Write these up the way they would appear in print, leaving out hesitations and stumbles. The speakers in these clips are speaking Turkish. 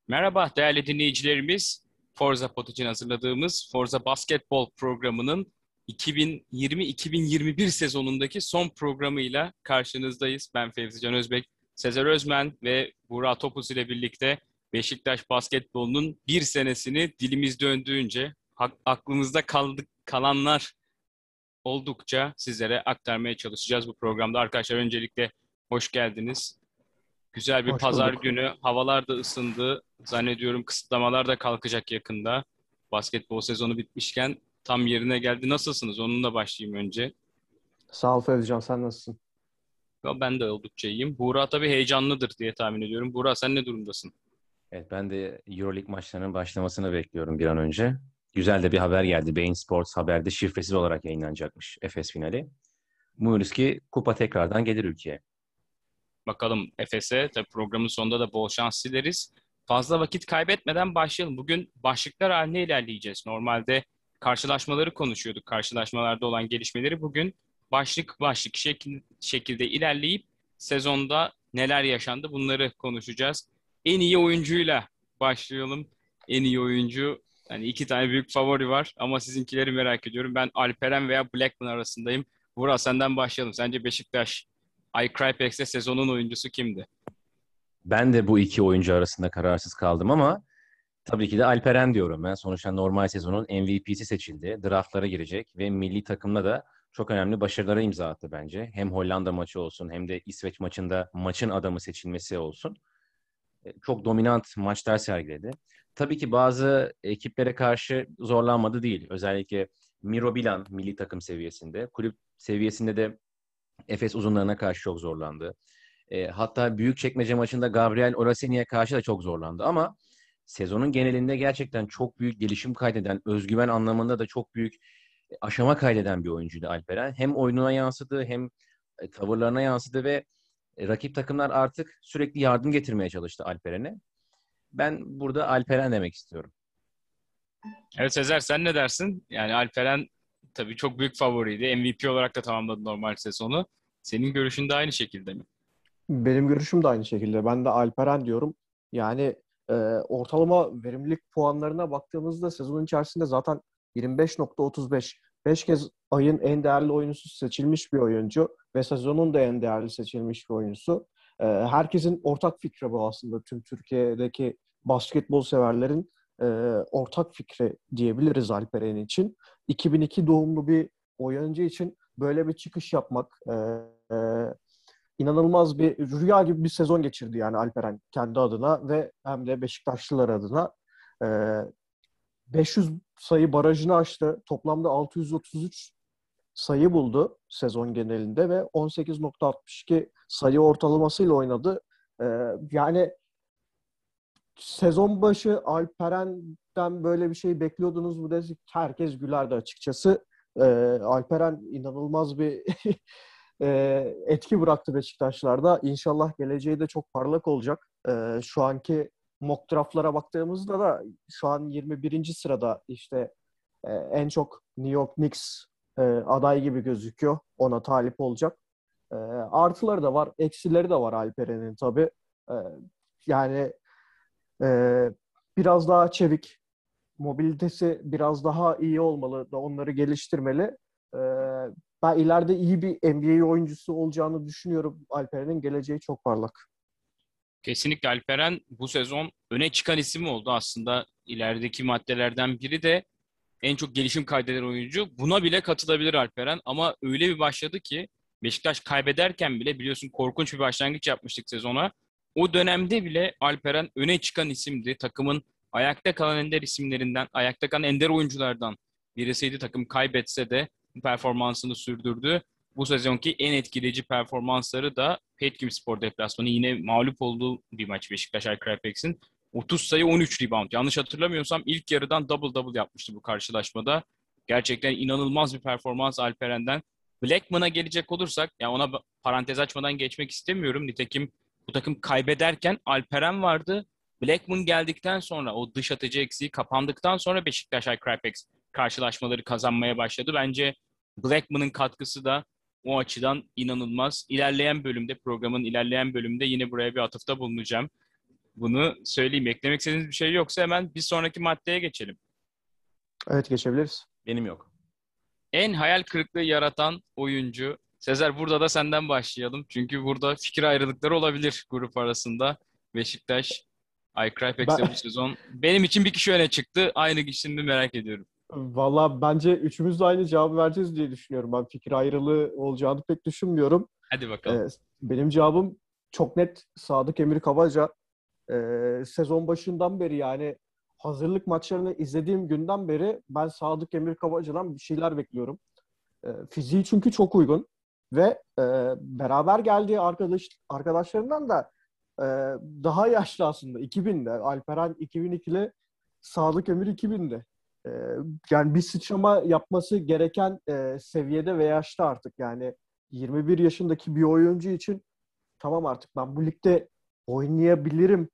Merhaba değerli dinleyicilerimiz. Forza Pot için hazırladığımız Forza Basketbol programının 2020-2021 sezonundaki son programıyla karşınızdayız. Ben Fevzi Can Özbek, Sezer Özmen ve Burak Topuz ile birlikte Beşiktaş basketbolunun bir senesini dilimiz döndüğünce aklımızda kalanlar oldukça sizlere aktarmaya çalışacağız bu programda. Arkadaşlar öncelikle hoş geldiniz. Güzel bir Hoş pazar bulduk. günü. Havalar da ısındı. Zannediyorum kısıtlamalar da kalkacak yakında. Basketbol sezonu bitmişken tam yerine geldi. Nasılsınız? Onunla başlayayım önce. Sağ ol Fevzican, sen nasılsın? Ben de oldukça iyiyim. Buğra tabii heyecanlıdır diye tahmin ediyorum. Buğra sen ne durumdasın? Evet, ben de EuroLeague maçlarının başlamasını bekliyorum bir an önce. Güzel de bir haber geldi. Bein Sports haberde şifresiz olarak yayınlanacakmış Efes finali. Umuyoruz ki kupa tekrardan gelir ülkeye. Bakalım Efes'e. Tabii programın sonunda da bol şans dileriz. Fazla vakit kaybetmeden başlayalım. Bugün başlıklar haline ilerleyeceğiz. Normalde karşılaşmaları konuşuyorduk. Karşılaşmalarda olan gelişmeleri bugün başlık başlık şekilde ilerleyip sezonda neler yaşandı bunları konuşacağız. En iyi oyuncuyla başlayalım. En iyi oyuncu, yani iki tane büyük favori var ama sizinkileri merak ediyorum. Ben Alperen veya Blackman arasındayım. Vural senden başlayalım. Sence Beşiktaş iCrypex'te sezonun oyuncusu kimdi? Ben de bu iki oyuncu arasında kararsız kaldım ama tabii ki de Alperen diyorum ben. Sonuçta normal sezonun MVP'si seçildi. Draftlara girecek ve milli takımda da çok önemli başarılara imza attı bence. Hem Hollanda maçı olsun hem de İsveç maçında maçın adamı seçilmesi olsun. Çok dominant maçlar sergiledi. Tabii ki bazı ekiplere karşı zorlanmadı değil. Özellikle Miro Bilan milli takım seviyesinde. Kulüp seviyesinde de Efes uzunlarına karşı çok zorlandı. Hatta Büyükçekmece maçında Gabriel Oraseni'ye karşı da çok zorlandı. Ama sezonun genelinde gerçekten çok büyük gelişim kaydeden, özgüven anlamında da çok büyük aşama kaydeden bir oyuncuydu Alperen. Hem oyununa yansıdı hem tavırlarına yansıdı ve rakip takımlar artık sürekli yardım getirmeye çalıştı Alperen'e. Ben burada Alperen demek istiyorum. Evet Sezer sen ne dersin? Yani Alperen tabii çok büyük favoriydi. MVP olarak da tamamladı normal sezonu. Senin görüşün de aynı şekilde mi? Benim görüşüm de aynı şekilde. Ben de Alperen diyorum. Yani ortalama verimlilik puanlarına baktığımızda sezonun içerisinde zaten 25.35. 5 kez ayın en değerli oyuncusu seçilmiş bir oyuncu ve sezonun da en değerli seçilmiş bir oyuncusu. Herkesin ortak fikri bu aslında. Tüm Türkiye'deki basketbol severlerin e, ortak fikri diyebiliriz Alperen için. 2002 doğumlu bir oyuncu için böyle bir çıkış yapmak inanılmaz bir rüya gibi bir sezon geçirdi yani Alperen kendi adına ve hem de Beşiktaşlılar adına. Ee, 500 sayı barajını aştı. Toplamda 633 sayı buldu sezon genelinde ve 18.62 sayı ortalamasıyla oynadı. Yani sezon başı Alperen'den böyle bir şey bekliyordunuz mu desek herkes gülerdi açıkçası. Alperen inanılmaz bir etki bıraktı Beşiktaşlar'da. İnşallah geleceği de çok parlak olacak. Şu anki mock draftlara baktığımızda da şu an 21. sırada işte en çok New York Knicks aday gibi gözüküyor. Ona talip olacak. Artıları da var, eksileri de var Alperen'in tabii. E, Yani ee, biraz daha çevik, mobilitesi biraz daha iyi olmalı da onları geliştirmeli. Ee, Ben ileride iyi bir NBA oyuncusu olacağını düşünüyorum. Alperen'in geleceği çok parlak. Kesinlikle Alperen bu sezon öne çıkan isim oldu aslında. İlerideki maddelerden biri de en çok gelişim kaydeden oyuncu. Buna bile katılabilir Alperen ama öyle bir başladı ki Beşiktaş kaybederken bile biliyorsun korkunç bir başlangıç yapmıştık sezona. O dönemde bile Alperen öne çıkan isimdi. Takımın ayakta kalan ender isimlerinden, ayakta kalan ender oyunculardan birisiydi. Takım kaybetse de performansını sürdürdü. Bu sezonki en etkileyici performansları da Petkimspor deplasmanı yine mağlup olduğu bir maç Beşiktaş Alkrepex'in. 30 sayı 13 rebound. Yanlış hatırlamıyorsam ilk yarıdan double double yapmıştı bu karşılaşmada. Gerçekten inanılmaz bir performans Alperen'den. Blackman'a gelecek olursak, ya ona parantez açmadan geçmek istemiyorum. Nitekim bu takım kaybederken Alperen vardı. Blackman geldikten sonra o dış atıcı eksiği kapandıktan sonra Beşiktaş Alcrypex karşılaşmaları kazanmaya başladı. Bence Blackman'ın katkısı da o açıdan inanılmaz. Programın ilerleyen bölümünde yine buraya bir atıfta bulunacağım. Bunu söyleyeyim. Eklemek istediğiniz bir şey yoksa hemen bir sonraki maddeye geçelim. Evet, geçebiliriz. Benim yok. En hayal kırıklığı yaratan oyuncu. Sezer, burada da senden başlayalım. Çünkü burada fikir ayrılıkları olabilir grup arasında. Beşiktaş, iCrypex'te Ben, bu sezon benim için bir kişi öne çıktı. Aynı kişi mi merak ediyorum. valla bence üçümüz de aynı cevabı vereceğiz diye düşünüyorum. Ben fikir ayrılığı olacağını pek düşünmüyorum. Hadi bakalım. Ee, Benim cevabım çok net Sadık Emir Kabaca. Sezon başından beri, yani hazırlık maçlarını izlediğim günden beri ben Sadık Emir Kabaca'dan bir şeyler bekliyorum. Fiziği çünkü çok uygun ve beraber geldiği arkadaşlarından da e, daha yaşlı aslında. 2000'de. Alperen 2002'li, Sadık Emir 2000'de. E, Yani bir sıçrama yapması gereken seviyede ve yaşta artık. Yani 21 yaşındaki bir oyuncu için tamam, artık ben bu ligde oynayabilirim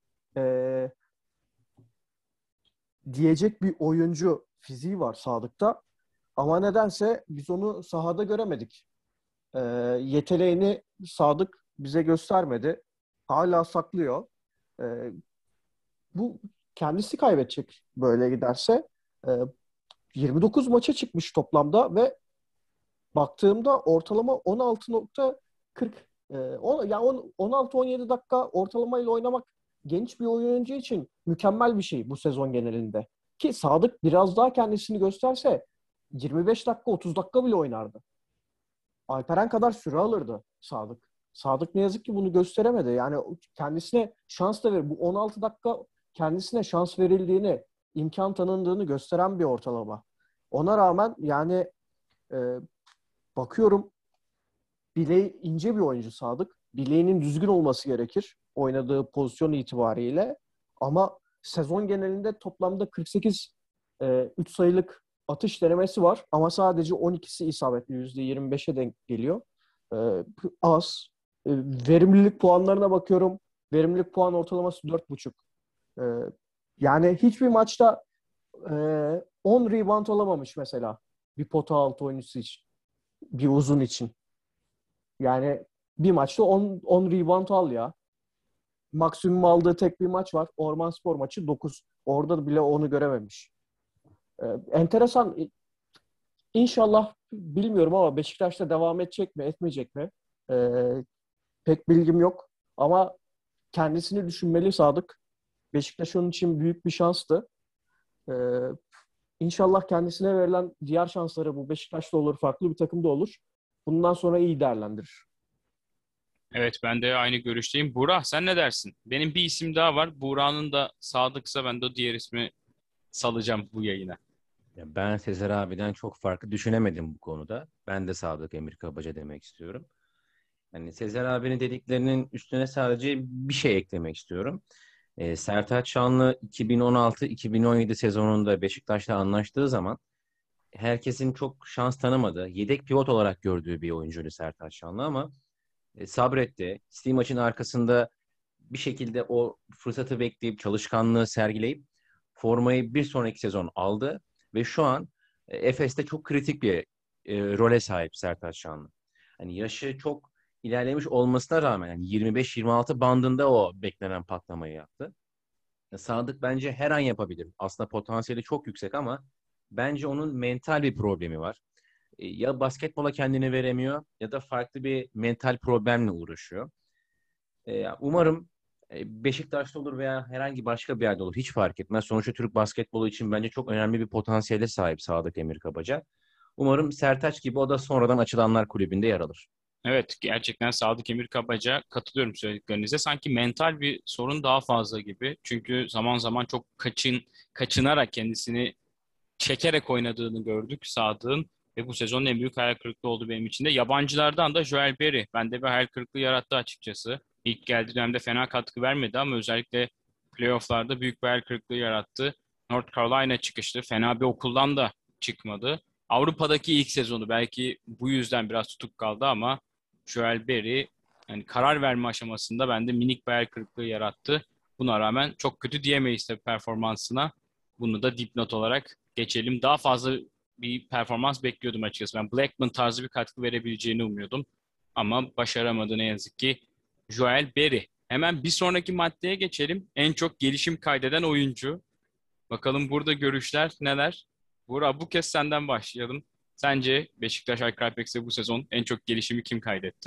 diyecek bir oyuncu fiziği var Sadık'ta. Ama nedense biz onu sahada göremedik. Ee, Yeteneğini Sadık bize göstermedi. Hala saklıyor. Ee, Bu kendisi kaybedecek böyle giderse. Ee, 29 maça çıkmış toplamda ve baktığımda ortalama 16.40, yani 16-17 dakika ortalamayla oynamak genç bir oyuncu için mükemmel bir şey bu sezon genelinde. Ki Sadık biraz daha kendisini gösterse 25 dakika 30 dakika bile oynardı. Alperen kadar süre alırdı Sadık. Sadık ne yazık ki bunu gösteremedi. Yani kendisine şans da ver. Bu 16 dakika kendisine şans verildiğini, imkan tanındığını gösteren bir ortalama. Ona rağmen yani e, bakıyorum, bileği ince bir oyuncu Sadık. Bileğinin düzgün olması gerekir oynadığı pozisyon itibariyle. Ama sezon genelinde toplamda 48 3 sayılık atış denemesi var. Ama sadece 12'si isabetli, %25'e denk geliyor. E, Az. Verimlilik puanlarına bakıyorum. Verimlilik puan ortalaması 4,5. E, Yani hiçbir maçta 10 rebound alamamış mesela. Bir pota altı oyuncusu için. Bir uzun için. Yani bir maçta 10 rebound al ya. Maksimum aldığı tek bir maç var. Ormanspor maçı 9. Orada bile onu görememiş. Enteresan. İnşallah, bilmiyorum ama Beşiktaş'ta devam edecek mi, etmeyecek mi? Pek bilgim yok. Ama kendisini düşünmeli Sadık. Beşiktaş onun için büyük bir şanstı. Ee, İnşallah kendisine verilen diğer şansları, bu Beşiktaş'ta olur, farklı bir takımda olur, bundan sonra iyi değerlendirir. Evet, ben de aynı görüşteyim. Buğra, sen ne dersin? Benim bir isim daha var. Buğra'nın da sadıksa ben de o diğer ismi salacağım bu yayına. Ya ben Sezer abiden çok farklı düşünemedim bu konuda. Ben de Sadık Emir Kabaca demek istiyorum. Hani Sezer abinin dediklerinin üstüne sadece bir şey eklemek istiyorum. Sertaç Şanlı 2016-2017 sezonunda Beşiktaş'la anlaştığı zaman herkesin çok şans tanımadığı, yedek pivot olarak gördüğü bir oyuncuydu Sertaç Şanlı ama sabretti. İstediği maçın arkasında bir şekilde o fırsatı bekleyip, çalışkanlığı sergileyip formayı bir sonraki sezon aldı ve şu an Efes'te çok kritik bir role sahip Sertaç Şanlı. Hani yaşı çok ilerlemiş olmasına rağmen yani 25-26 bandında o beklenen patlamayı yaptı. Sadık bence her an yapabilir. Aslında potansiyeli çok yüksek ama bence onun mental bir problemi var. Ya basketbola kendini veremiyor ya da farklı bir mental problemle uğraşıyor. Umarım Beşiktaş'ta olur veya herhangi başka bir yerde olur. Hiç fark etmez. Sonuçta Türk basketbolu için bence çok önemli bir potansiyele sahip Sadık Emir Kabaca. Umarım Sertaç gibi o da sonradan açılanlar kulübünde yer alır. Evet, gerçekten Sadık Emir Kabaca, katılıyorum söylediklerinize. Sanki mental bir sorun daha fazla gibi. Çünkü zaman zaman çok kaçınarak kendisini çekerek oynadığını gördük Sadık'ın ve bu sezonun en büyük hayal kırıklığı oldu benim için de. Yabancılardan da Joel Berry bende bir hayal kırıklığı yarattı açıkçası. İlk geldiği dönemde fena katkı vermedi ama özellikle playofflarda büyük bir hayal kırıklığı yarattı. North Carolina çıkışlı, fena bir okuldan da çıkmadı. Avrupa'daki ilk sezonu belki bu yüzden biraz tutuk kaldı ama Joel Berry yani karar verme aşamasında bende minik bir hayal kırıklığı yarattı. Buna rağmen çok kötü diyemeyiz tabii performansına. Bunu da dipnot olarak geçelim. Daha fazla bir performans bekliyordum açıkçası. Ben Blackman tarzı bir katkı verebileceğini umuyordum. Ama başaramadı ne yazık ki. Joel Berry. Hemen bir sonraki maddeye geçelim. En çok gelişim kaydeden oyuncu. Bakalım burada görüşler neler? Burak, bu kez senden başlayalım. Sence Beşiktaş Alkrapex'e bu sezon en çok gelişimi kim kaydetti?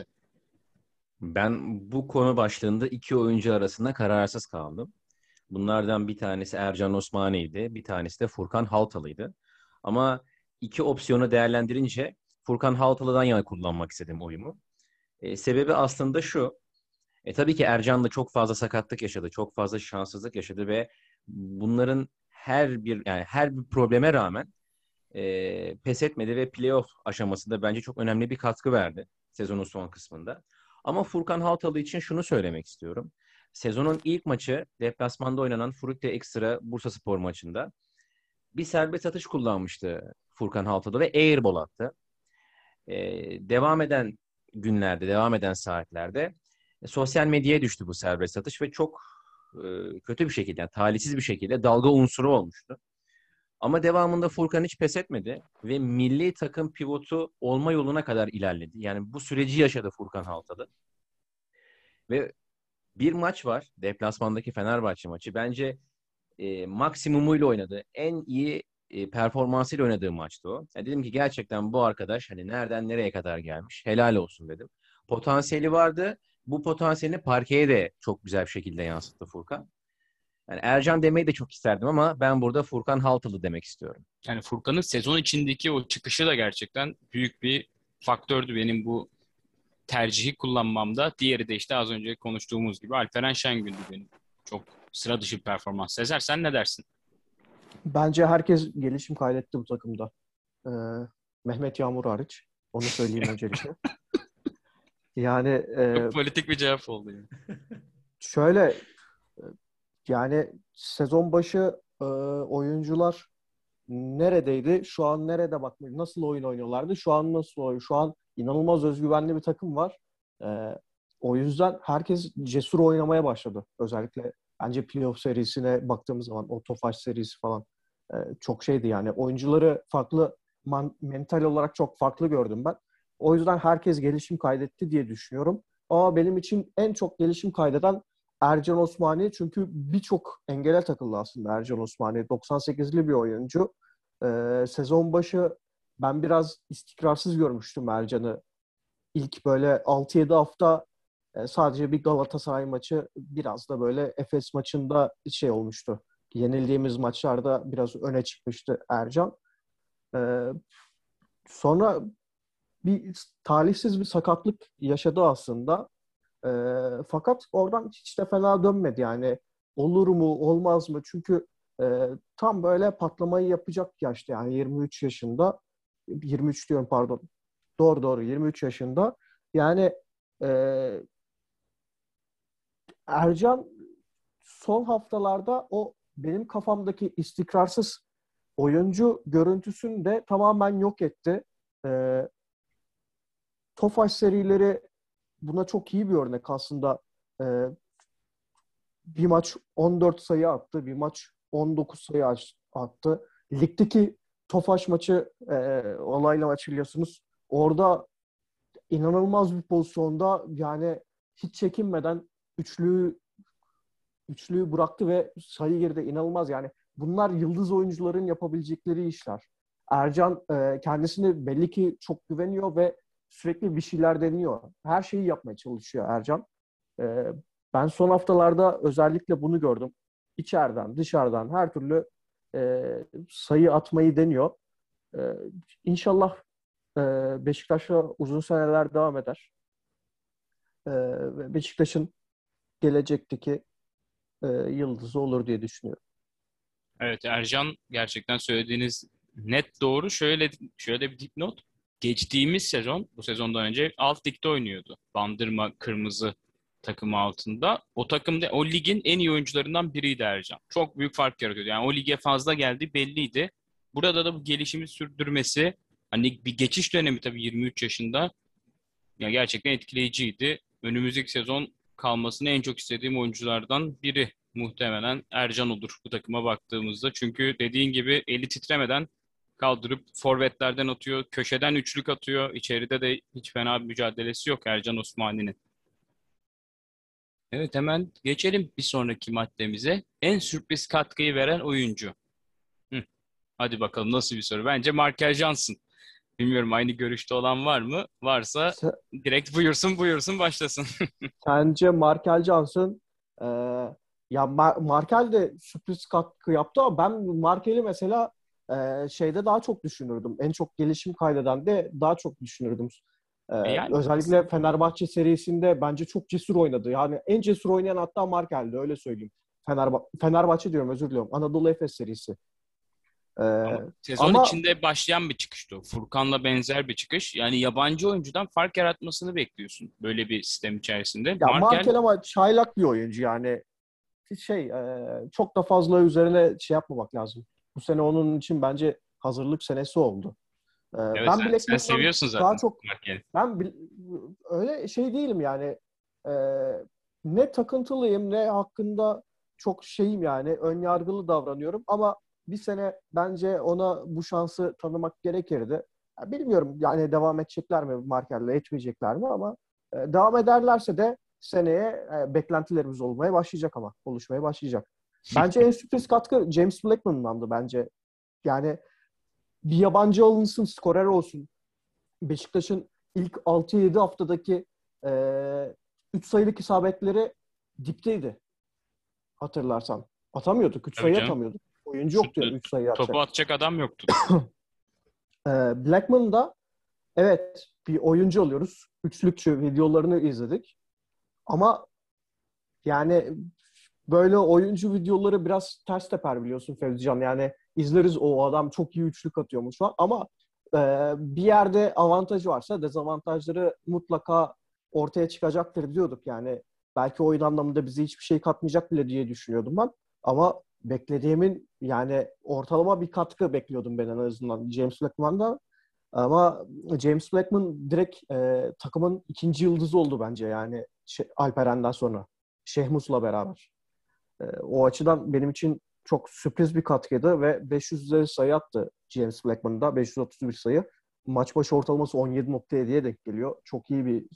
Ben bu konu başlığında iki oyuncu arasında kararsız kaldım. Bunlardan bir tanesi Ercan Osmani'ydi, bir tanesi de Furkan Haltalı'ydı. Ama iki opsiyonu değerlendirince Furkan Haltalı'dan yana kullanmak istedim oyumu. Sebebi aslında şu. Tabii ki Ercan da çok fazla sakatlık yaşadı, çok fazla şanssızlık yaşadı ve bunların her bir probleme rağmen pes etmedi ve playoff aşamasında bence çok önemli bir katkı verdi sezonun son kısmında. Ama Furkan Haltalı için şunu söylemek istiyorum. Sezonun ilk maçı deplasmanda oynanan Frutte Extra Bursaspor maçında bir serbest atış kullanmıştı Furkan Haltalı ve airball attı. Devam eden günlerde, devam eden saatlerde sosyal medyaya düştü bu serbest atış ve çok kötü bir şekilde, yani talihsiz bir şekilde dalga unsuru olmuştu. Ama devamında Furkan hiç pes etmedi ve milli takım pivotu olma yoluna kadar ilerledi. Yani bu süreci yaşadı Furkan Haltalı. Ve bir maç var, deplasmandaki Fenerbahçe maçı. Bence maksimumuyla oynadı. En iyi performansıyla oynadığı maçtı o. Yani dedim ki gerçekten bu arkadaş hani nereden nereye kadar gelmiş. Helal olsun dedim. Potansiyeli vardı. Bu potansiyelini parkeye de çok güzel bir şekilde yansıttı Furkan. Yani Ercan demeyi de çok isterdim ama ben burada Furkan Haltılı demek istiyorum. Yani Furkan'ın sezon içindeki o çıkışı da gerçekten büyük bir faktördü benim bu tercihi kullanmamda. Diğeri de işte az önce konuştuğumuz gibi Alperen Şengün'dü benim. Çok sıra dışı bir performans. Sezer, sen ne dersin? Bence herkes gelişim kaydetti bu takımda. Ee, Mehmet Yağmur hariç. Onu söyleyeyim öncelikle. Yani Çok politik bir cevap oldu ya. şöyle yani sezon başı oyuncular neredeydi? Şu an nerede bak? Nasıl oyun oynuyorlardı? Şu an nasıl oyun? Şu an inanılmaz özgüvenli bir takım var. O yüzden herkes cesur oynamaya başladı. Özellikle bence playoff serisine baktığımız zaman o Tofaş serisi falan çok şeydi yani. Oyuncuları farklı mental olarak çok farklı gördüm ben. O yüzden herkes gelişim kaydetti diye düşünüyorum. Ama benim için en çok gelişim kaydeden Ercan Osmani, çünkü birçok engele takıldı aslında Ercan Osmani. 98'li bir oyuncu. Sezon başı ben biraz istikrarsız görmüştüm Ercan'ı. İlk böyle 6-7 hafta sadece bir Galatasaray maçı, biraz da böyle Efes maçında şey olmuştu. Yenildiğimiz maçlarda biraz öne çıkmıştı Ercan. Ee, Sonra bir talihsiz bir sakatlık yaşadı aslında. Fakat oradan hiç de fena dönmedi yani. Olur mu, olmaz mı? Çünkü tam böyle patlamayı yapacak yaşta yani 23 yaşında. 23 diyorum pardon. Doğru 23 yaşında. Yani e, Ercan son haftalarda o benim kafamdaki istikrarsız oyuncu görüntüsünü de tamamen yok etti. Tofaş serileri buna çok iyi bir örnek aslında. E, Bir maç 14 sayı attı, bir maç 19 sayı attı. Ligdeki Tofaş maçı olayla maç biliyorsunuz. Orada inanılmaz bir pozisyonda yani hiç çekinmeden üçlüyü bıraktı ve sayı girdi. İnanılmaz yani. Bunlar yıldız oyuncuların yapabilecekleri işler. Ercan kendisini belli ki çok güveniyor ve sürekli bir şeyler deniyor. Her şeyi yapmaya çalışıyor Ercan. E, Ben son haftalarda özellikle bunu gördüm. İçeriden, dışarıdan her türlü sayı atmayı deniyor. E, İnşallah e, Beşiktaş'la uzun seneler devam eder. Ve Beşiktaş'ın gelecekteki yıldızı olur diye düşünüyorum. Evet, Ercan, gerçekten söylediğiniz net doğru. Şöyle bir dipnot. Geçtiğimiz sezon, bu sezondan önce alt ligde oynuyordu. Bandırma Kırmızı takımı altında. O takımda o ligin en iyi oyuncularından biriydi Ercan. Çok büyük fark yaratıyordu. Yani o lige fazla geldi belliydi. Burada da bu gelişimi sürdürmesi, hani bir geçiş dönemi tabii 23 yaşında, ya gerçekten etkileyiciydi. Önümüzdeki sezon kalmasını en çok istediğim oyunculardan biri muhtemelen Ercan olur bu takıma baktığımızda. Çünkü dediğin gibi eli titremeden kaldırıp forvetlerden atıyor, köşeden üçlük atıyor. İçeride de hiç fena bir mücadelesi yok Ercan Osmani'nin. Evet, hemen geçelim bir sonraki maddemize. En sürpriz katkıyı veren oyuncu. Hı, hadi bakalım nasıl bir soru. Bence Markel Johnson. Bilmiyorum, aynı görüşte olan var mı? Varsa Se- direkt buyursun başlasın. Sence Markel Johnson e, ya Markel de sürpriz katkı yaptı ama ben Markel'i mesela şeyde daha çok düşünürdüm. En çok gelişim kaydeden de daha çok düşünürdüm. Yani Özellikle Fenerbahçe serisinde bence çok cesur oynadı. Yani en cesur oynayan hatta Markel'di, öyle söyleyeyim. Fenerbahçe diyorum, özür diliyorum. Anadolu Efes serisi. E, ama sezon ama içinde başlayan bir çıkıştı o. Furkan'la benzer bir çıkış. Yani yabancı oyuncudan fark yaratmasını bekliyorsun böyle bir sistem içerisinde. ya Markel, Markel ama çaylak bir oyuncu yani. Çok da fazla üzerine şey yapmamak lazım. Bu sene onun için bence hazırlık senesi oldu. evet, Ben sen Blackman'dan seviyorsun daha zaten çok Markel'i. ben öyle şey değilim yani. Ee, Ne takıntılıyım ne hakkında çok şeyim, yani ön yargılı davranıyorum ama bir sene bence ona bu şansı tanımak gerekirdi. Ya bilmiyorum yani devam edecekler mi Markel'le, etmeyecekler mi ama devam ederlerse de seneye beklentilerimiz olmaya başlayacak, ama oluşmaya başlayacak. Bence en sürpriz katkı James Blackman'dandı bence. Yani bir yabancı alınsın, skorer olsun. Beşiktaş'ın ilk 6-7 haftadaki e, 3 sayılık isabetleri dipteydi, hatırlarsan. Atamıyorduk. 3 Tabii sayı canım. atamıyorduk. Oyuncu yoktu Şut, 3 sayı topu atacak. atacak adam yoktu. Blackman da evet, bir oyuncu alıyoruz. Üçlükçü videolarını izledik. Ama yani böyle oyuncu videoları biraz ters teper, biliyorsun Fevzican. Yani izleriz, o adam çok iyi üçlük atıyormuş falan. Ama e, bir yerde avantajı varsa dezavantajları mutlaka ortaya çıkacaktır diyorduk. Yani belki oyun anlamında bize hiçbir şey katmayacak bile diye düşünüyordum ben. Ama beklediğimin yani ortalama bir katkı bekliyordum ben en azından James Blackman'dan. Ama James Blackman direkt takımın ikinci yıldızı oldu bence, yani Alperen'den sonra. Şehmus'la beraber. O açıdan benim için çok sürpriz bir katkıydı ve 500 üzeri sayı attı James Blackman'da. 531 sayı. Maç başı ortalaması 17.7'ye denk geliyor. Çok iyi bir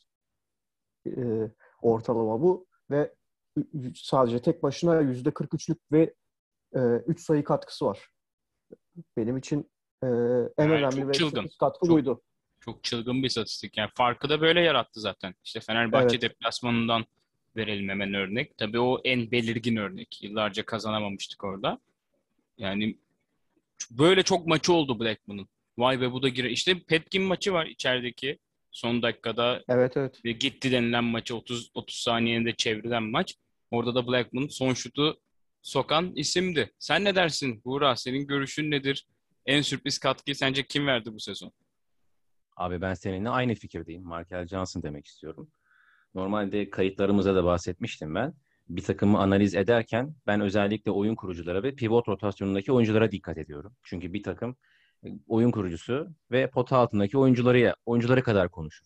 ortalama bu ve sadece tek başına %43'lük ve 3 sayı katkısı var. Benim için e, en Yani önemli çok ve çılgın. sürpriz katkı Çok buydu. çok çılgın bir istatistik. Yani farkı da böyle yarattı zaten. İşte Fenerbahçe Evet. deplasmanından verelim hemen örnek. Tabii o en belirgin örnek. Yıllarca kazanamamıştık orada. Yani böyle çok maçı oldu Blackman'ın. Vay be, bu da girer. İşte Petkin maçı var içerideki. Son dakikada Evet, evet. ve gitti denilen maçı 30 saniyede çevrilen maç. Orada da Blackman son şutu sokan isimdi. Sen ne dersin Buğra? Senin görüşün nedir? En sürpriz katkıyı sence kim verdi bu sezon? Abi ben seninle aynı fikirdeyim. Markel Johnson demek istiyorum. Normalde kayıtlarımıza da bahsetmiştim ben. Bir takımı analiz ederken ben özellikle oyun kuruculara ve pivot rotasyonundaki oyunculara dikkat ediyorum. Çünkü bir takım oyun kurucusu ve pota altındaki oyuncuları kadar konuşur.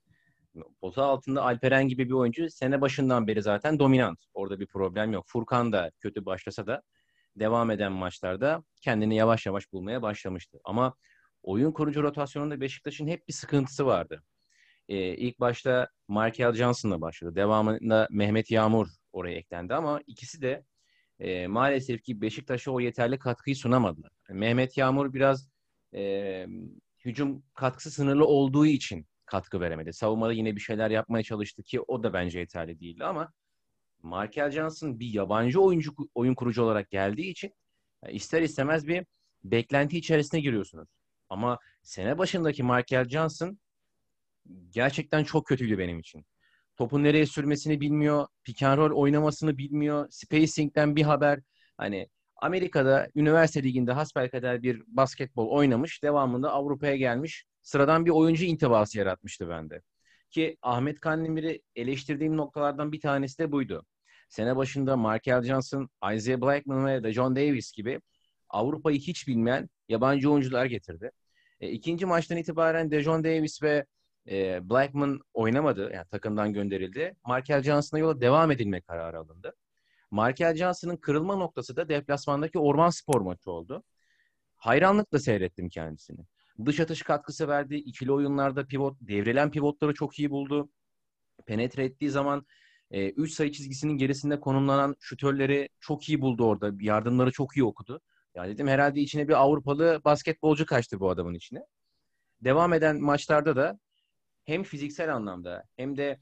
Pota altında Alperen gibi bir oyuncu sene başından beri zaten dominant. Orada bir problem yok. Furkan da kötü başlasa da devam eden maçlarda kendini yavaş yavaş bulmaya başlamıştı. Ama oyun kurucu rotasyonunda Beşiktaş'ın hep bir sıkıntısı vardı. İlk başta Markel Johnson'la başladı. Devamında Mehmet Yağmur oraya eklendi ama ikisi de maalesef ki Beşiktaş'a o yeterli katkıyı sunamadılar. Mehmet Yağmur biraz e, hücum katkısı sınırlı olduğu için katkı veremedi. Savunmada yine bir şeyler yapmaya çalıştı ki o da bence yeterli değildi ama Markel Johnson bir yabancı oyun kurucu olarak geldiği için ister istemez bir beklenti içerisine giriyorsunuz. Ama sene başındaki Markel Johnson gerçekten çok kötüydü benim için. Topu nereye sürmesini bilmiyor, pick and roll oynamasını bilmiyor, spacing'den bir haber. Hani Amerika'da üniversite liginde hasbelkader bir basketbol oynamış, devamında Avrupa'ya gelmiş, sıradan bir oyuncu intibası yaratmıştı bende. Ki Ahmet Kandemir'i eleştirdiğim noktalardan bir tanesi de buydu. Sene başında Markel Johnson, Isaiah Blackman ve DeJohn Davis gibi Avrupa'yı hiç bilmeyen yabancı oyuncular getirdi. İkinci maçtan itibaren DeJohn Davis ve Blackman oynamadı. Yani takımdan gönderildi. Markel Johnson'a yola devam edilme kararı alındı. Markel Johnson'ın kırılma noktası da deplasmandaki Ormanspor maçı oldu. Hayranlıkla seyrettim kendisini. Dış atış katkısı verdi. İkili oyunlarda devrilen pivotları çok iyi buldu. Penetre ettiği zaman 3 sayı çizgisinin gerisinde konumlanan şutörleri çok iyi buldu orada. Yardımları çok iyi okudu. Ya dedim herhalde içine bir Avrupalı basketbolcu kaçtı bu adamın içine. Devam eden maçlarda da hem fiziksel anlamda hem de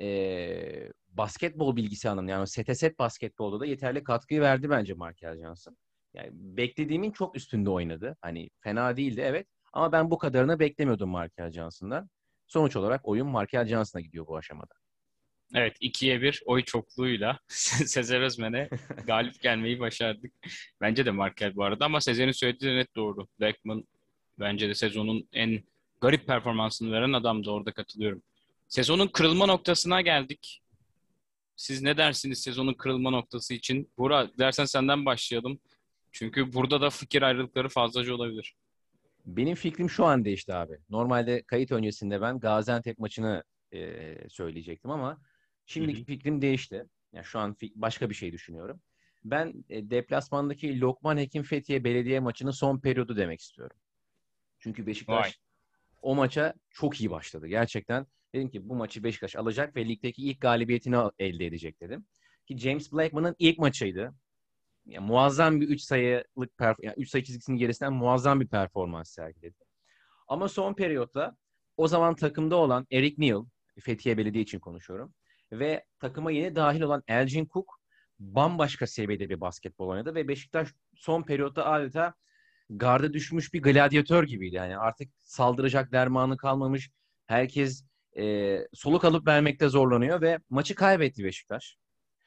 basketbol bilgisi anlamında yani sete set basketbolda da yeterli katkıyı verdi bence Markel Johnson. Yani beklediğimin çok üstünde oynadı. Hani fena değildi evet ama ben bu kadarını beklemiyordum Markel Johnson'dan. Sonuç olarak oyun Markel Johnson'a gidiyor bu aşamada. Evet, 2'ye 1 oy çokluğuyla Sezer Özmen'e galip gelmeyi başardık. Bence de Markel bu arada ama Sezer'in söylediği de net doğru. Blackman bence de sezonun en garip performansını veren adamdı, orada katılıyorum. Sezonun kırılma noktasına geldik. Siz ne dersiniz sezonun kırılma noktası için? Burak, dersen senden başlayalım. Çünkü burada da fikir ayrılıkları fazlaca olabilir. Benim fikrim şu an değişti abi. Normalde kayıt öncesinde ben Gaziantep maçını söyleyecektim ama Hı şimdiki hı. fikrim değişti. Yani şu an başka bir şey düşünüyorum. Ben deplasmandaki Lokman Hekim Fethiye Belediye maçının son periyodu demek istiyorum. Çünkü Vay. Beşiktaş o maça çok iyi başladı. Gerçekten dedim ki bu maçı Beşiktaş alacak ve ligdeki ilk galibiyetini elde edecek dedim. Ki James Blackman'ın ilk maçıydı. Yani muazzam bir 3 sayılık yani 3 sayı çizgisinin gerisinden muazzam bir performans sergiledi. Ama son periyotta o zaman takımda olan Eric Neal, Fethiye Belediye için konuşuyorum. Ve takıma yeni dahil olan Elgin Cook bambaşka seviyede bir basketbol oynadı ve Beşiktaş son periyotta adeta garda düşmüş bir gladyatör gibiydi. Yani artık saldıracak dermanı kalmamış. Herkes soluk alıp vermekte zorlanıyor ve maçı kaybetti Beşiktaş.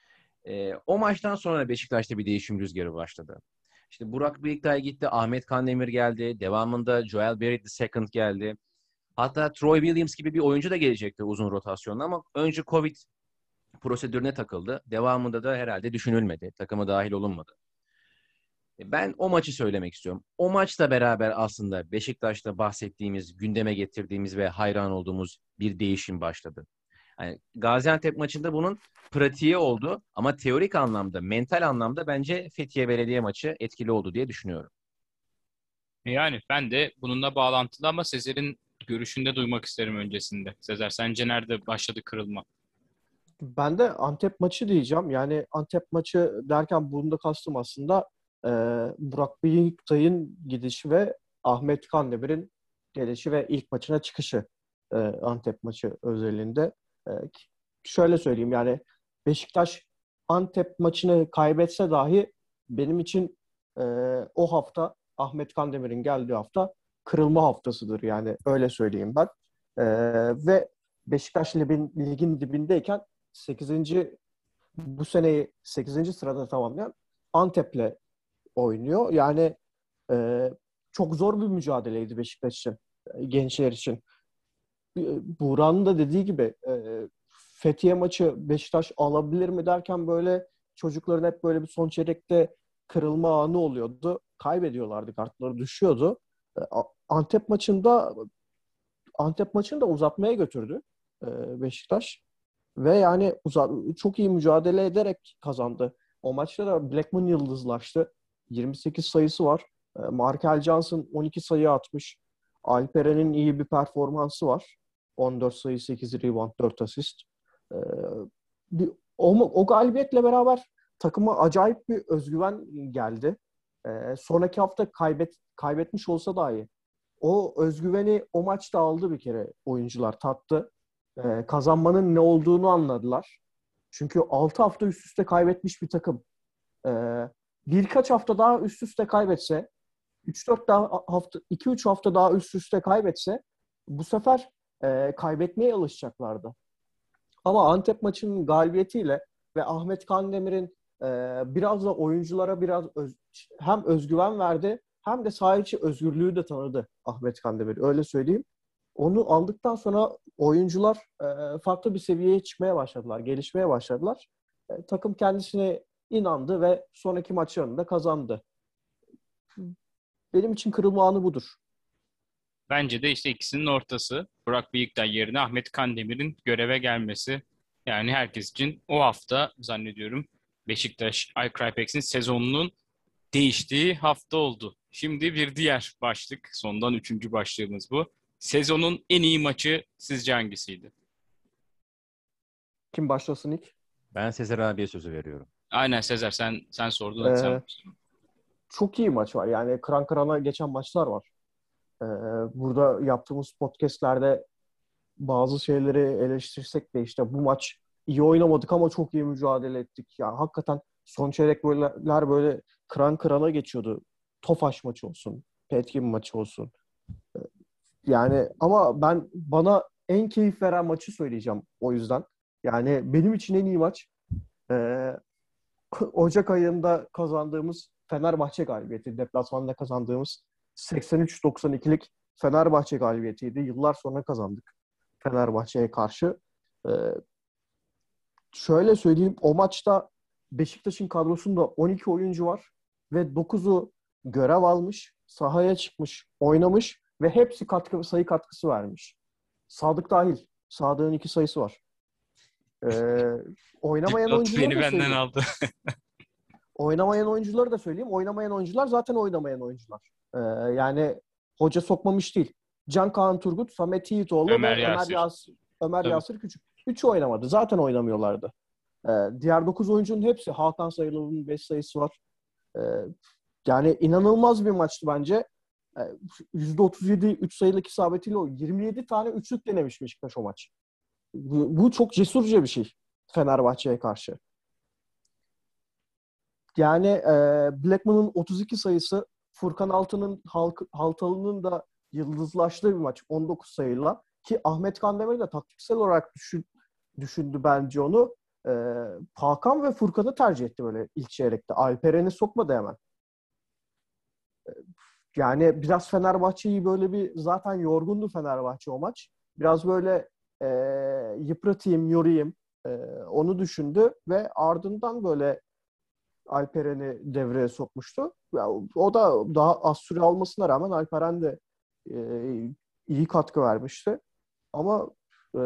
O maçtan sonra Beşiktaş'ta bir değişim rüzgarı başladı. İşte Burak Birliktay gitti, Ahmet Kandemir geldi. Devamında Joel Barrett II geldi. Hatta Troy Williams gibi bir oyuncu da gelecekti uzun rotasyonda ama önce Covid prosedürüne takıldı. Devamında da herhalde düşünülmedi. Takıma dahil olunmadı. Ben o maçı söylemek istiyorum. O maçla beraber aslında Beşiktaş'ta bahsettiğimiz, gündeme getirdiğimiz ve hayran olduğumuz bir değişim başladı. Yani Gaziantep maçında bunun pratiği oldu ama teorik anlamda, mental anlamda bence Fethiye Belediye maçı etkili oldu diye düşünüyorum. Yani ben de bununla bağlantılı ama Sezer'in görüşünü de duymak isterim öncesinde. Sezer, sence nerede başladı kırılma? Ben de Antep maçı diyeceğim. Yani Antep maçı derken bunu da kastım aslında e, Burak Büyüktay'ın gidişi ve Ahmet Kandemir'in gelişi ve ilk maçına çıkışı Antep maçı özelinde. Şöyle söyleyeyim yani Beşiktaş Antep maçını kaybetse dahi benim için e, o hafta Ahmet Kandemir'in geldiği hafta kırılma haftasıdır yani öyle söyleyeyim ben. E, ve Beşiktaş ligin dibindeyken 8. bu seneyi 8. sırada tamamlayan Antep'le oynuyor. Yani e, çok zor bir mücadeleydi Beşiktaş için, gençler için. Buğra'nın da dediği gibi Fethiye maçı Beşiktaş alabilir mi derken böyle çocukların hep böyle bir son çeyrekte kırılma anı oluyordu. Kaybediyorlardı, kartları düşüyordu. Antep maçında Antep maçını da uzatmaya götürdü Beşiktaş. Ve yani çok iyi mücadele ederek kazandı. O maçta da Blackman yıldızlaştı. 28 sayısı var. Markel Johnson 12 sayı atmış. Alperen'in iyi bir performansı var. 14 sayı, 8 rebound, 4 asist. E, o galibiyetle beraber takıma acayip bir özgüven geldi. Sonraki hafta kaybetmiş olsa dahi o özgüveni o maçta aldı bir kere oyuncular, tattı. Kazanmanın ne olduğunu anladılar. Çünkü 6 hafta üst üste kaybetmiş bir takım. Birkaç hafta daha üst üste kaybetse, 2-3 hafta daha üst üste kaybetse bu sefer kaybetmeye alışacaklardı. Ama Antep maçının galibiyetiyle ve Ahmet Kandemir'in biraz da oyunculara hem özgüven verdi hem de saha içi özgürlüğü de tanıdı Ahmet Kandemir. Öyle söyleyeyim. Onu aldıktan sonra oyuncular farklı bir seviyeye çıkmaya başladılar, gelişmeye başladılar. Takım kendisine inandı ve sonraki maçlarını da kazandı. Benim için kırılma anı budur. Bence de işte ikisinin ortası. Burak Büyükday yerine Ahmet Kandemir'in göreve gelmesi. Yani herkes için o hafta zannediyorum Beşiktaş iCrypex'in sezonunun değiştiği hafta oldu. Şimdi bir diğer başlık. Sondan 3. başlığımız bu. Sezonun en iyi maçı sizce hangisiydi? Kim başlasın ilk? Ben Sezer abiye sözü veriyorum. Aynen Sezer, sen sordun, hadi sen. Ee, Çok iyi maç var. Yani kıran kırana geçen maçlar var. Ee, Burada yaptığımız podcastlerde bazı şeyleri eleştirsek de işte bu maç iyi oynamadık ama çok iyi mücadele ettik. Ya hakikaten son çeyrek böyle kıran kırana geçiyordu. Tofaş maçı olsun, Petkin maçı olsun. Yani ama bana en keyif veren maçı söyleyeceğim o yüzden. Yani benim için en iyi maç ee, Ocak ayında kazandığımız Fenerbahçe galibiyeti. Deplasmanda kazandığımız 83-92'lik Fenerbahçe galibiyetiydi. Yıllar sonra kazandık Fenerbahçe'ye karşı. Ee, Şöyle söyleyeyim, o maçta Beşiktaş'ın kadrosunda 12 oyuncu var ve 9'u görev almış, sahaya çıkmış, oynamış ve hepsi sayı katkısı vermiş. Sadık dahil. Sadık'ın 2 sayısı var. Ee, Oynamayan Dipnot oyuncuları beni da benden söyleyeyim. aldı. Oynamayan oyuncuları da söyleyeyim. Oynamayan oyuncular zaten oynamayan oyuncular. Yani hoca sokmamış değil. Can Kaan Turgut, Samet Yiğitoğlu Ömer ve Yasir. Ömer Tabii. Yasir Küçük. Üçü oynamadı. Zaten oynamıyorlardı. Diğer 9 oyuncunun hepsi. Hakan Sayılı'nın 5 sayısı var. Ee, Yani inanılmaz bir maçtı bence. %37 3 sayılık isabetiyle o 27 tane üçlük denemiş Beşiktaş o maç. Bu çok cesurca bir şey Fenerbahçe'ye karşı. Yani Blackman'ın 32 sayısı, Furkan Haltalı'nın da yıldızlaştığı bir maç 19 sayıyla ki Ahmet Kandemir de taktiksel olarak düşündü bence onu. E, Hakan ve Furkan'ı tercih etti böyle ilk çeyrekte. Alperen'i sokmadı hemen. Yani biraz Fenerbahçe'yi böyle zaten yorgundu Fenerbahçe o maç. Biraz böyle e, yıpratayım, yorayım onu düşündü ve ardından böyle Alperen'i devreye sokmuştu. Ya, o da daha az süre almasına rağmen Alperen de e, iyi katkı vermişti. Ama e,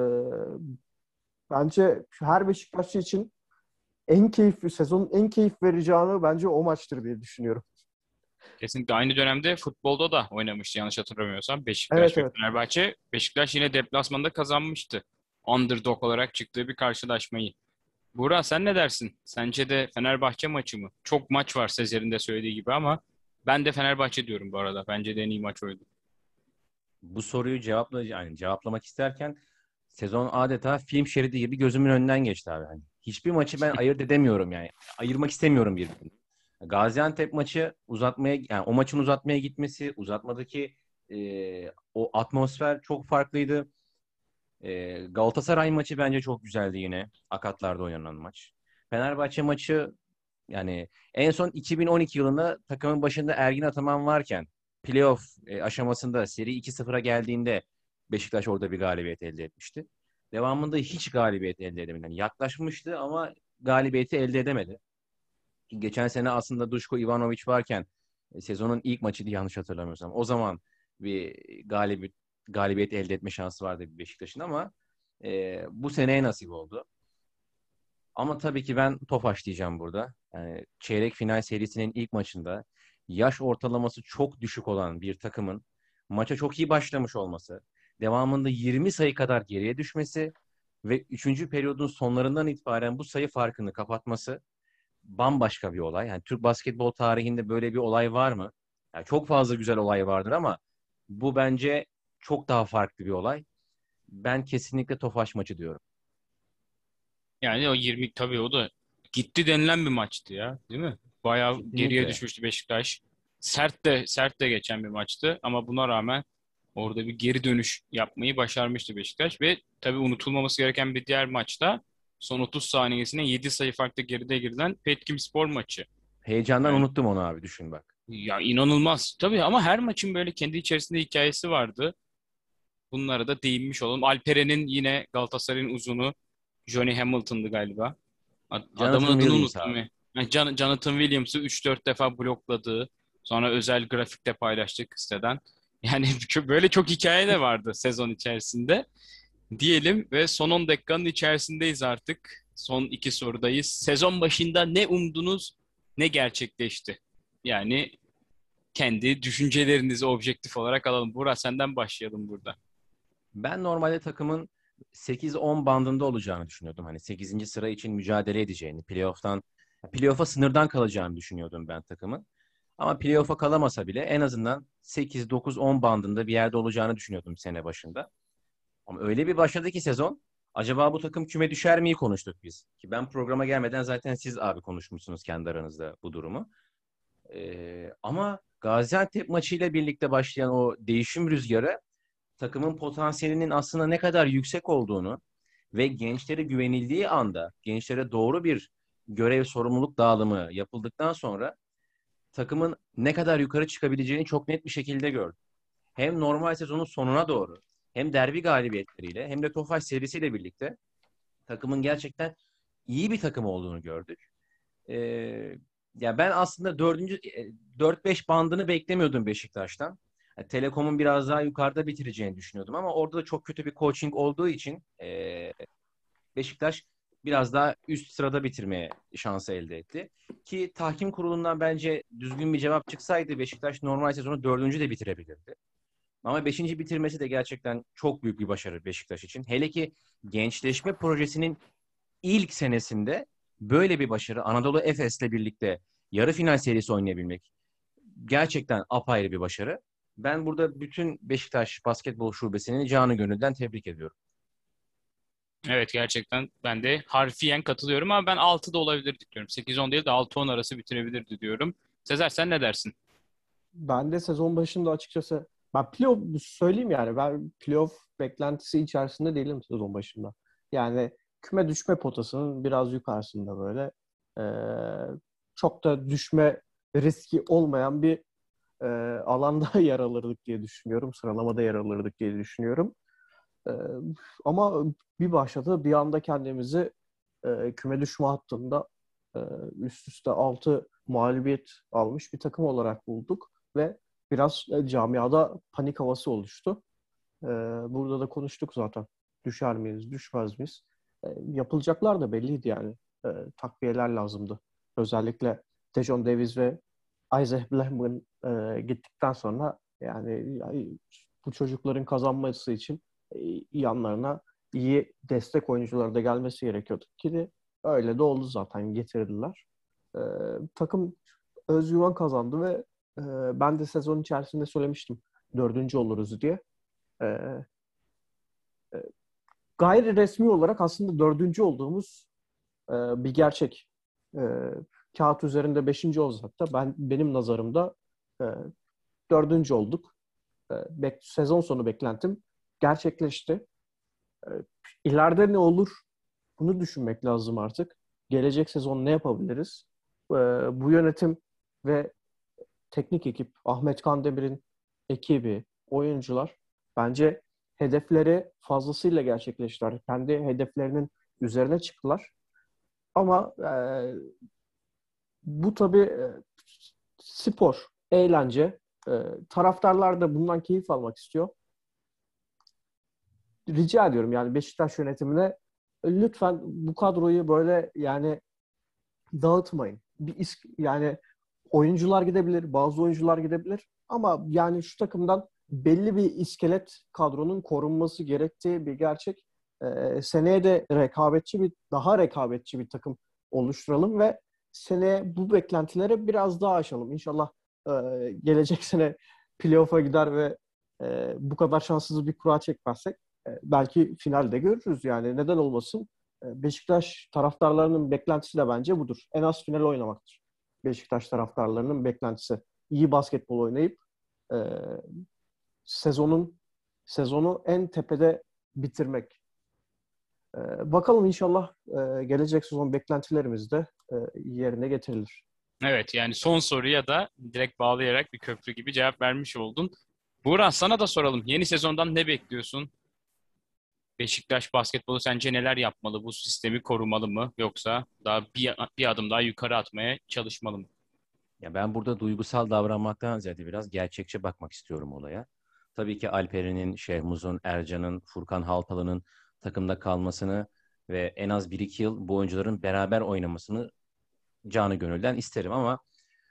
bence her Beşiktaşlı için sezonun en keyif vereceğini bence o maçtır diye düşünüyorum. Kesinlikle aynı dönemde futbolda da oynamıştı yanlış hatırlamıyorsam. Evet, Beşiktaş ve evet. Fenerbahçe. Beşiktaş yine deplasmanda kazanmıştı. Underdog olarak çıktığı bir karşılaşmayı. Buğra, sen ne dersin? Sence de Fenerbahçe maçı mı? Çok maç var Sezer'in de söylediği gibi ama ben de Fenerbahçe diyorum bu arada. Bence de en iyi maç oydu. Bu soruyu cevaplamak isterken sezon adeta film şeridi gibi gözümün önünden geçti abi. Hani hiçbir maçı ben ayırt edemiyorum yani. Ayırmak istemiyorum birbirinden. Gaziantep maçı yani o maçın uzatmaya gitmesi, uzatmadaki o atmosfer çok farklıydı. Galatasaray maçı bence çok güzeldi yine. Akatlar'da oynanan maç. Fenerbahçe maçı yani en son 2012 yılında takımın başında Ergin Ataman varken playoff aşamasında seri 2-0'a geldiğinde Beşiktaş orada bir galibiyet elde etmişti. Devamında hiç galibiyet elde edemedi. Yani yaklaşmıştı ama galibiyeti elde edemedi. Geçen sene aslında Duško Ivanović varken sezonun ilk maçıydı yanlış hatırlamıyorsam. O zaman bir galibiyet elde etme şansı vardı Beşiktaş'ın ama bu seneye nasip oldu. Ama tabii ki ben Tofaş diyeceğim burada. Yani çeyrek final serisinin ilk maçında yaş ortalaması çok düşük olan bir takımın maça çok iyi başlamış olması, devamında 20 sayı kadar geriye düşmesi ve 3. periyodun sonlarından itibaren bu sayı farkını kapatması bambaşka bir olay. Yani Türk basketbol tarihinde böyle bir olay var mı? Yani çok fazla güzel olay vardır ama bu bence çok daha farklı bir olay. Ben kesinlikle Tofaş maçı diyorum. Yani o 20 tabii o da gitti denilen bir maçtı ya, değil mi? Bayağı geriye Kesinlikle. düşmüştü Beşiktaş. Sert de geçen bir maçtı ama buna rağmen orada bir geri dönüş yapmayı başarmıştı Beşiktaş ve tabii unutulmaması gereken bir diğer maçta son 30 saniyesine 7 sayı farklı geride girilen Petkimspor maçı. Heyecandan Yani unuttum onu abi düşün bak. ya inanılmaz. Tabii ama her maçın böyle kendi içerisinde hikayesi vardı. Bunlara da değinmiş olalım. Alperen'in yine Galatasaray'ın uzunu Johnny Hamilton'dı galiba. Adamın Jonathan adını Williams unuttum abi. ya. Yani Jonathan Williams'ı 3-4 defa blokladığı, sonra özel grafikte paylaştık siteden. Yani böyle çok hikaye de vardı sezon içerisinde. Diyelim ve son 10 dakikanın içerisindeyiz artık. Son iki sorudayız. Sezon başında ne umdunuz, ne gerçekleşti? Yani kendi düşüncelerinizi objektif olarak alalım. Burak, senden başlayalım burada. Ben normalde takımın 8-10 bandında olacağını düşünüyordum. Hani 8. sıra için mücadele edeceğini, playoff'a sınırdan kalacağını düşünüyordum ben takımın. Ama playoff'a kalamasa bile en azından 8-9-10 bandında bir yerde olacağını düşünüyordum sene başında. Ama öyle bir başladı ki sezon, acaba bu takım küme düşer miyi konuştuk biz. Ki ben programa gelmeden zaten siz abi konuşmuşsunuz kendi aranızda bu durumu. Ama Gaziantep maçıyla birlikte başlayan o değişim rüzgarı takımın potansiyelinin aslında ne kadar yüksek olduğunu ve gençlere güvenildiği anda, gençlere doğru bir görev, sorumluluk dağılımı yapıldıktan sonra takımın ne kadar yukarı çıkabileceğini çok net bir şekilde gördüm. Hem normal sezonun sonuna doğru, hem derbi galibiyetleriyle, hem de Tofaş serisiyle birlikte takımın gerçekten iyi bir takım olduğunu gördük. Ya ben aslında 4-5 bandını beklemiyordum Beşiktaş'tan. Yani Telekom'un biraz daha yukarıda bitireceğini düşünüyordum ama orada da çok kötü bir coaching olduğu için Beşiktaş biraz daha üst sırada bitirmeye şansı elde etti. Ki tahkim kurulundan bence düzgün bir cevap çıksaydı Beşiktaş normal sezonu 4. de bitirebilirdi. Ama 5. bitirmesi de gerçekten çok büyük bir başarı Beşiktaş için. Hele ki gençleşme projesinin ilk senesinde böyle bir başarı, Anadolu Efes'le birlikte yarı final serisi oynayabilmek gerçekten apayrı bir başarı. Ben burada bütün Beşiktaş basketbol şubesini canı gönülden tebrik ediyorum. Evet, gerçekten ben de harfiyen katılıyorum ama ben 6 da olabilirdi diyorum. 8-10 değil de 6-10 arası bitirebilirdi diyorum. Sezer, sen ne dersin? Ben de sezon başında açıkçası ben playoff söyleyeyim yani ben playoff beklentisi içerisinde değilim sezon başında. Yani küme düşme potasının biraz yukarısında böyle çok da düşme riski olmayan bir e, alanda yer alırdık diye düşünüyorum. Sıralamada yer alırdık diye düşünüyorum. E, Ama bir başladı bir anda kendimizi küme düşme hattında e, üst üste 6 mağlubiyet almış bir takım olarak bulduk ve biraz camiada panik havası oluştu. E, Burada da konuştuk zaten. Düşer miyiz, düşmez miyiz? Yapılacaklar da belliydi yani. Takviyeler lazımdı. Özellikle Tejon Davis ve Isaiah Blackman gittikten sonra yani bu çocukların kazanması için yanlarına iyi destek oyuncuları da gelmesi gerekiyordu ki de öyle de oldu zaten getirdiler. E, Takım özgüven kazandı ve ben de sezon içerisinde söylemiştim 4. oluruz diye. E, e, Gayri resmi olarak aslında 4. olduğumuz bir gerçek. E, Kağıt üzerinde 5. olsak da benim nazarımda e, 4. olduk. Sezon sonu beklentim gerçekleşti. E, İleride ne olur? Bunu düşünmek lazım artık. Gelecek sezon ne yapabiliriz? Bu yönetim ve teknik ekip, Ahmet Kandemir'in ekibi, oyuncular bence hedefleri fazlasıyla gerçekleştiler. Kendi hedeflerinin üzerine çıktılar. Ama bu tabii spor, eğlence. Taraftarlar da bundan keyif almak istiyor. Rica ediyorum yani Beşiktaş yönetimine lütfen bu kadroyu böyle yani dağıtmayın. Yani oyuncular gidebilir, bazı oyuncular gidebilir ama yani şu takımdan belli bir iskelet kadronun korunması gerektiği bir gerçek. Seneye de daha rekabetçi bir takım oluşturalım ve seneye bu beklentilere biraz daha aşalım. İnşallah e, gelecek sene playoff'a gider ve bu kadar şanssız bir kura çekmezsek belki finalde görürüz yani neden olmasın. Beşiktaş taraftarlarının beklentisi de bence budur. En az final oynamaktır. Beşiktaş taraftarlarının beklentisi. İyi basketbol oynayıp e, sezonun sezonu en tepede bitirmek. Bakalım inşallah gelecek sezon beklentilerimiz de yerine getirilir. Evet, yani son soruya da direkt bağlayarak bir köprü gibi cevap vermiş oldun. Buğra, sana da soralım. Yeni sezondan ne bekliyorsun? Beşiktaş basketbolu sence neler yapmalı? Bu sistemi korumalı mı? Yoksa daha bir adım daha yukarı atmaya çalışmalı mı? Ya ben burada duygusal davranmaktan ziyade biraz gerçekçi bakmak istiyorum olaya. Tabii ki Alperen'in, Şehmuz'un, Ercan'ın, Furkan Halkalı'nın takımda kalmasını ve en az 1-2 yıl bu oyuncuların beraber oynamasını canı gönülden isterim ama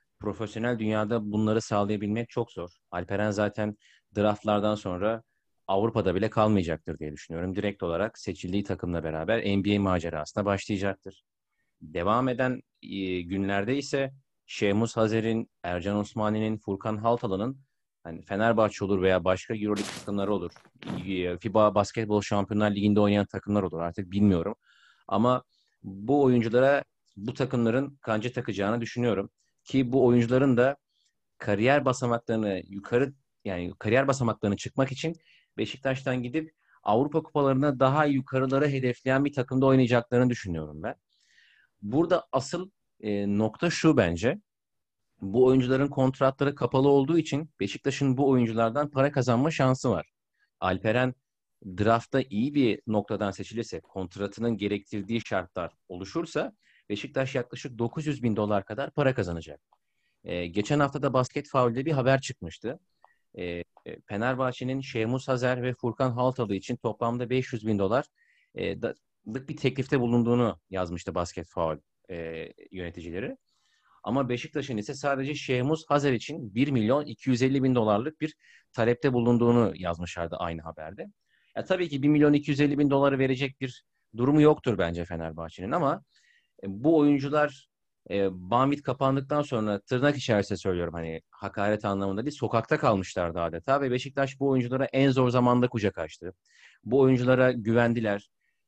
profesyonel dünyada bunları sağlayabilmek çok zor. Alperen zaten draftlardan sonra Avrupa'da bile kalmayacaktır diye düşünüyorum. Direkt olarak seçildiği takımla beraber NBA macerasına başlayacaktır. Devam eden günlerde ise Şehmus Hazer'in, Ercan Osmani'nin, Furkan Haltalı'nın, hani Fenerbahçe olur veya başka Euroleague takımları olur. FIBA Basketbol Şampiyonlar Ligi'nde oynayan takımlar olur, artık bilmiyorum. Ama bu oyunculara bu takımların kanca takacağını düşünüyorum. Ki bu oyuncuların da kariyer basamaklarını yukarı, yani kariyer basamaklarını çıkmak için Beşiktaş'tan gidip Avrupa kupalarına daha yukarılara hedefleyen bir takımda oynayacaklarını düşünüyorum ben. Burada asıl nokta şu bence. Bu oyuncuların kontratları kapalı olduğu için Beşiktaş'ın bu oyunculardan para kazanma şansı var. Alperen draftta iyi bir noktadan seçilirse, kontratının gerektirdiği şartlar oluşursa Beşiktaş yaklaşık 900 bin dolar kadar para kazanacak. Geçen hafta da Basket Faul'de bir haber çıkmıştı. Fenerbahçe'nin Şehmus Hazer ve Furkan Haltalı için toplamda 500 bin dolar bir teklifte bulunduğunu yazmıştı Basket Faul yöneticileri. Ama Beşiktaş'ın ise sadece Şehmus Hazer için 1 milyon 250 bin dolarlık bir talepte bulunduğunu yazmışlardı aynı haberde. Ya tabii ki 1 milyon 250 bin doları verecek bir durumu yoktur bence Fenerbahçe'nin, ama bu oyuncular Banvit kapandıktan sonra, tırnak içerisinde söylüyorum, hani hakaret anlamında değil, sokakta kalmışlardı adeta ve Beşiktaş bu oyunculara en zor zamanda kucak açtı. Bu oyunculara güvendiler.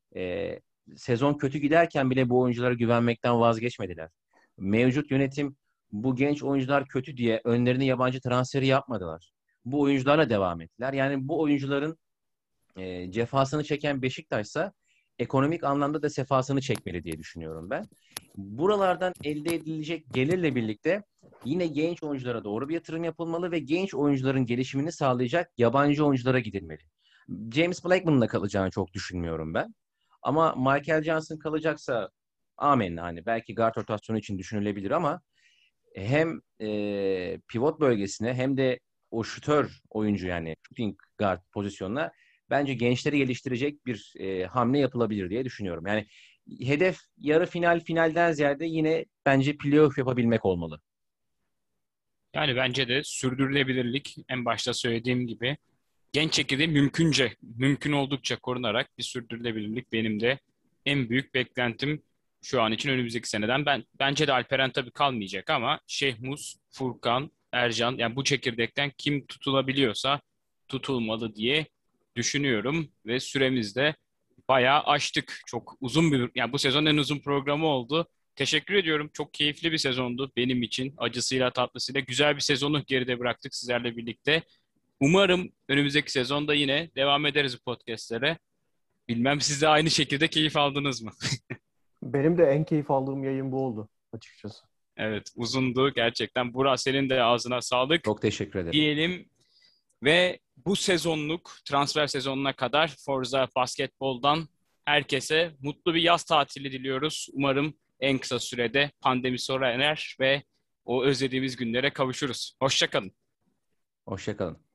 Sezon kötü giderken bile bu oyunculara güvenmekten vazgeçmediler. Mevcut yönetim bu genç oyuncular kötü diye önlerine yabancı transferi yapmadılar. Bu oyuncularla devam ettiler. Yani bu oyuncuların cefasını çeken Beşiktaş'sa ekonomik anlamda da sefasını çekmeli diye düşünüyorum ben. Buralardan elde edilecek gelirle birlikte yine genç oyunculara doğru bir yatırım yapılmalı ve genç oyuncuların gelişimini sağlayacak yabancı oyunculara gidilmeli. James Blackman'la kalacağını çok düşünmüyorum ben. Ama Michael Johnson kalacaksa amenna, hani belki guard rotasyonu için düşünülebilir, ama hem pivot bölgesine hem de o şutör oyuncu, yani shooting guard pozisyonuna bence gençleri geliştirecek bir hamle yapılabilir diye düşünüyorum. Yani hedef yarı final, finalden ziyade yine bence playoff yapabilmek olmalı. Yani bence de sürdürülebilirlik, en başta söylediğim gibi, genç çekirdeği mümkün oldukça korunarak bir sürdürülebilirlik benim de en büyük beklentim şu an için önümüzdeki seneden. Bence de Alperen tabii kalmayacak ama Şehmus, Furkan, Ercan, yani bu çekirdekten kim tutulabiliyorsa tutulmalı diye düşünüyorum ve süremiz de bayağı aştık. Çok uzun yani bu sezon en uzun programı oldu. Teşekkür ediyorum. Çok keyifli bir sezondu benim için. Acısıyla tatlısıyla güzel bir sezonu geride bıraktık sizlerle birlikte. Umarım önümüzdeki sezonda yine devam ederiz bu podcastlere. Bilmem siz de aynı şekilde keyif aldınız mı? Benim de en keyif aldığım yayın bu oldu açıkçası. Evet, uzundu gerçekten. Burak, senin de ağzına sağlık Çok teşekkür ederim. diyelim ve bu sezonluk transfer sezonuna kadar Forza Basketbol'dan herkese mutlu bir yaz tatili diliyoruz. Umarım en kısa sürede pandemi sona erer ve o özlediğimiz günlere kavuşuruz. Hoşça kalın. Hoşça kalın.